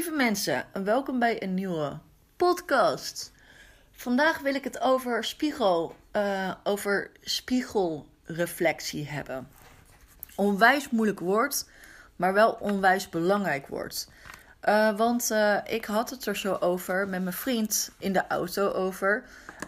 Lieve mensen, welkom bij een nieuwe podcast. Vandaag wil ik het over spiegelreflectie hebben. Onwijs moeilijk woord, maar wel onwijs belangrijk woord. Want ik had het er zo over met mijn vriend in de auto over.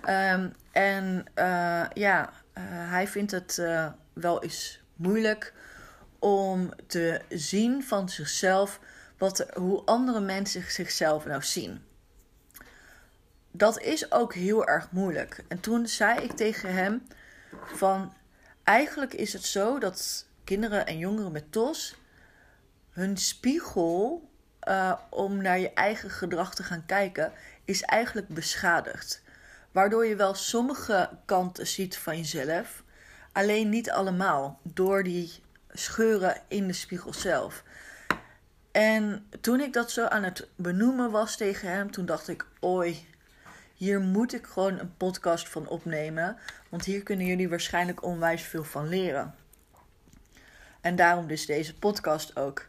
Hij vindt het wel eens moeilijk om te zien van zichzelf hoe andere mensen zichzelf nou zien. Dat is ook heel erg moeilijk. En toen zei ik tegen hem van, eigenlijk is het zo dat kinderen en jongeren met TOS hun spiegel om naar je eigen gedrag te gaan kijken is eigenlijk beschadigd. Waardoor je wel sommige kanten ziet van jezelf, alleen niet allemaal, door die scheuren in de spiegel zelf. En toen ik dat zo aan het benoemen was tegen hem, toen dacht ik, oei, hier moet ik gewoon een podcast van opnemen. Want hier kunnen jullie waarschijnlijk onwijs veel van leren. En daarom dus deze podcast ook.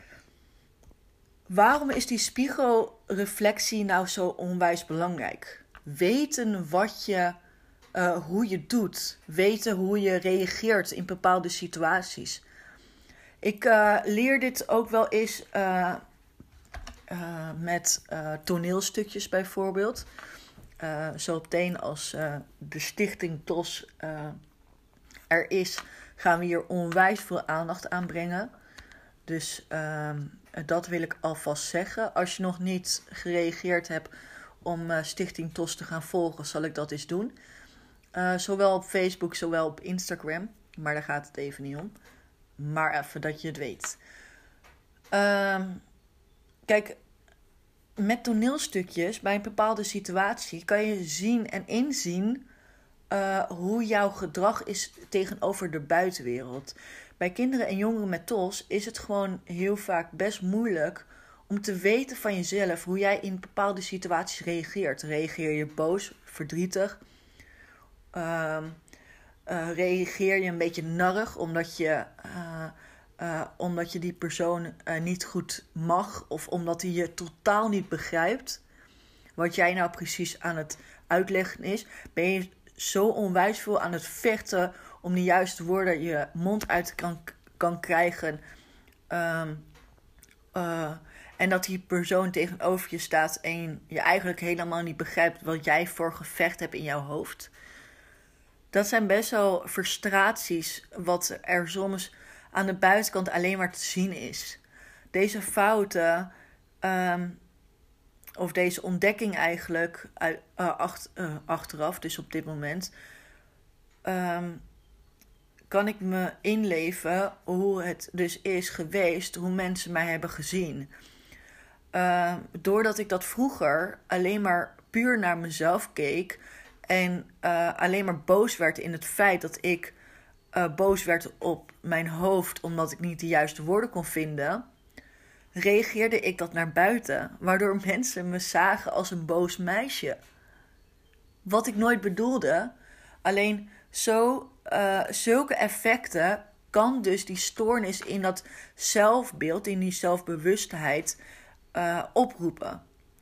Waarom is die spiegelreflectie nou zo onwijs belangrijk? Weten hoe je doet. Weten hoe je reageert in bepaalde situaties. Ik leer dit ook wel eens met toneelstukjes bijvoorbeeld. Zo meteen als de stichting TOS er is, gaan we hier onwijs veel aandacht aan brengen. Dus dat wil ik alvast zeggen. Als je nog niet gereageerd hebt om stichting TOS te gaan volgen, zal ik dat eens doen. Zowel op Facebook, zowel op Instagram. Maar daar gaat het even niet om. Maar even dat je het weet. Kijk, met toneelstukjes bij een bepaalde situatie kan je zien en inzien hoe jouw gedrag is tegenover de buitenwereld. Bij kinderen en jongeren met TOS is het gewoon heel vaak best moeilijk om te weten van jezelf hoe jij in bepaalde situaties reageert. Reageer je boos, verdrietig? Reageer je een beetje narrig omdat je die persoon niet goed mag of omdat hij je totaal niet begrijpt wat jij nou precies aan het uitleggen is? Ben je zo onwijs veel aan het vechten om de juiste woorden je mond uit kan krijgen en dat die persoon tegenover je staat en je eigenlijk helemaal niet begrijpt wat jij voor gevecht hebt in jouw hoofd? Dat zijn best wel frustraties wat er soms aan de buitenkant alleen maar te zien is. Deze fouten, of deze ontdekking eigenlijk achteraf, dus op dit moment, kan ik me inleven hoe het dus is geweest, hoe mensen mij hebben gezien. Doordat ik dat vroeger alleen maar puur naar mezelf keek en alleen maar boos werd in het feit dat ik boos werd op mijn hoofd omdat ik niet de juiste woorden kon vinden, reageerde ik dat naar buiten, waardoor mensen me zagen als een boos meisje. Wat ik nooit bedoelde, alleen zulke effecten kan dus die stoornis in dat zelfbeeld, in die zelfbewustheid oproepen.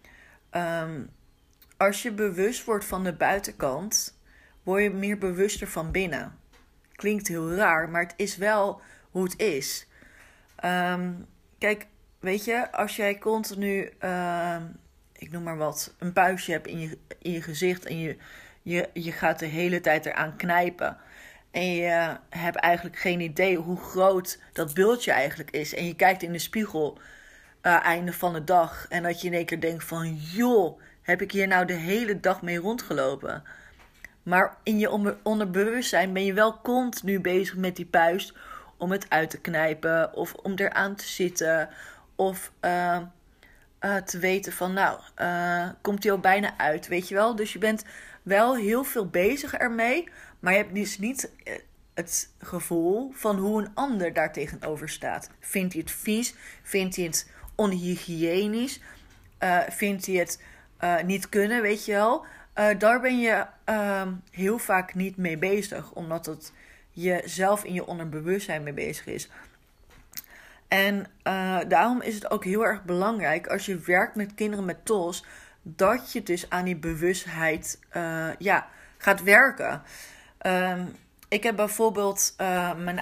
Als je bewust wordt van de buitenkant, word je meer bewuster van binnen. Klinkt heel raar, maar het is wel hoe het is. Kijk, weet je, als jij continu, ik noem maar wat, een puistje hebt in je gezicht en je gaat de hele tijd eraan knijpen en je hebt eigenlijk geen idee hoe groot dat bultje eigenlijk is en je kijkt in de spiegel einde van de dag en dat je in één keer denkt van, joh, heb ik hier nou de hele dag mee rondgelopen? Maar in je onderbewustzijn ben je wel continu bezig met die puist om het uit te knijpen of om eraan te zitten of te weten van, nou, komt hij al bijna uit, weet je wel? Dus je bent wel heel veel bezig ermee, maar je hebt dus niet het gevoel van hoe een ander daar tegenover staat. Vindt hij het vies? Vindt hij het onhygiënisch? Vindt hij het niet kunnen, weet je wel? Daar ben je heel vaak niet mee bezig, omdat het je zelf in je onderbewustzijn mee bezig is. En daarom is het ook heel erg belangrijk als je werkt met kinderen met TOS, dat je dus aan die bewustheid gaat werken. Ik heb bijvoorbeeld mijn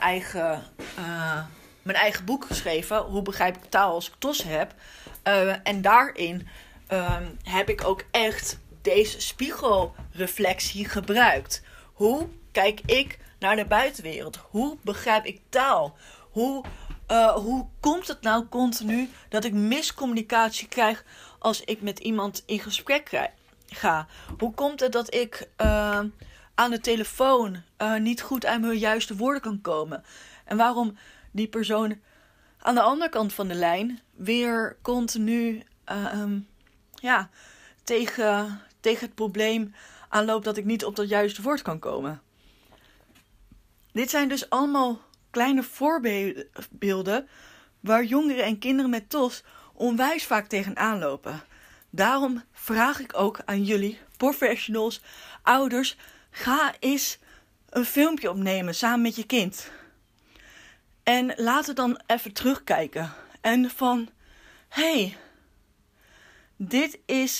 eigen boek geschreven, Hoe begrijp ik taal als ik TOS heb. En daarin heb ik ook echt deze spiegelreflectie gebruikt. Hoe kijk ik naar de buitenwereld? Hoe begrijp ik taal? Hoe komt het nou continu dat ik miscommunicatie krijg als ik met iemand in gesprek ga? Hoe komt het dat ik aan de telefoon niet goed aan mijn juiste woorden kan komen? En waarom die persoon aan de andere kant van de lijn weer continu tegen het probleem aanloopt dat ik niet op dat juiste woord kan komen? Dit zijn dus allemaal kleine voorbeelden waar jongeren en kinderen met TOS onwijs vaak tegenaan lopen. Daarom vraag ik ook aan jullie, professionals, ouders, ga eens een filmpje opnemen samen met je kind. En laat het dan even terugkijken. En van, hey, dit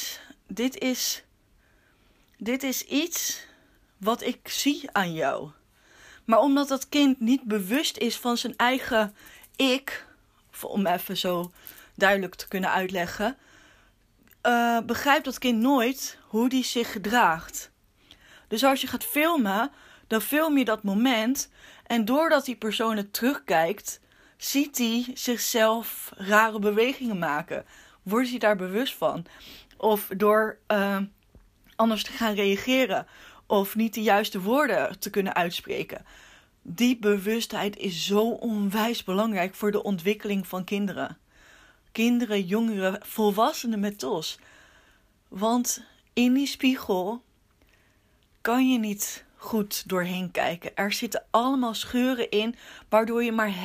is iets wat ik zie aan jou. Maar omdat dat kind niet bewust is van zijn eigen ik, om even zo duidelijk te kunnen uitleggen, begrijpt dat kind nooit hoe die zich gedraagt. Dus als je gaat filmen, dan film je dat moment. En doordat die persoon het terugkijkt, ziet hij zichzelf rare bewegingen maken. Wordt hij daar bewust van? Of door anders te gaan reageren. Of niet de juiste woorden te kunnen uitspreken. Die bewustheid is zo onwijs belangrijk voor de ontwikkeling van kinderen. Kinderen, jongeren, volwassenen met TOS. Want in die spiegel kan je niet goed doorheen kijken. Er zitten allemaal scheuren in, waardoor je maar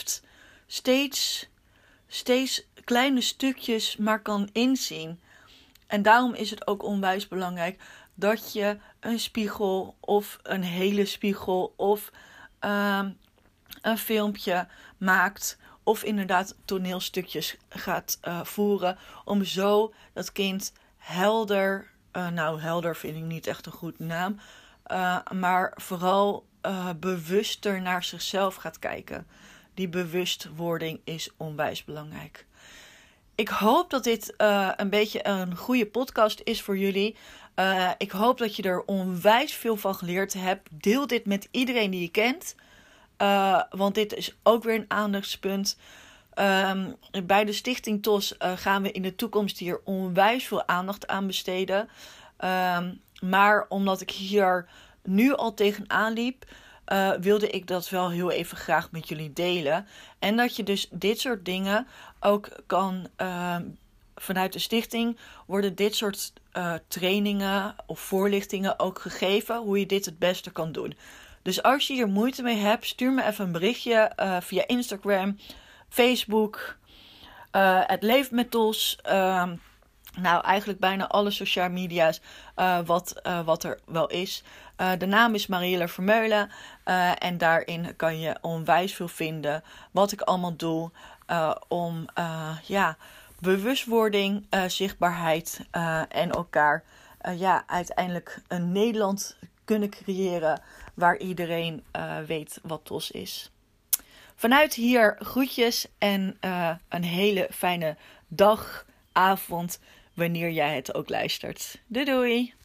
steeds kleine stukjes maar kan inzien. En daarom is het ook onwijs belangrijk dat je een spiegel of een hele spiegel of een filmpje maakt of inderdaad toneelstukjes gaat voeren om zo dat kind helder, helder vind ik niet echt een goed naam, maar vooral bewuster naar zichzelf gaat kijken. Die bewustwording is onwijs belangrijk. Ik hoop dat dit een beetje een goede podcast is voor jullie. Ik hoop dat je er onwijs veel van geleerd hebt. Deel dit met iedereen die je kent. Want dit is ook weer een aandachtspunt. Bij de Stichting TOS gaan we in de toekomst hier onwijs veel aandacht aan besteden. Maar omdat ik hier nu al tegenaan liep, wilde ik dat wel heel even graag met jullie delen. En dat je dus dit soort dingen ook kan, vanuit de stichting worden dit soort trainingen of voorlichtingen ook gegeven hoe je dit het beste kan doen. Dus als je hier moeite mee hebt, stuur me even een berichtje via Instagram, Facebook, het Leeft met TOS. Eigenlijk bijna alle social media's wat er wel is. De naam is Marielle Vermeulen. En daarin kan je onwijs veel vinden wat ik allemaal doe om bewustwording, zichtbaarheid en elkaar uiteindelijk een Nederland kunnen creëren waar iedereen weet wat TOS is. Vanuit hier groetjes en een hele fijne dag, avond, wanneer jij het ook luistert. Doei doei!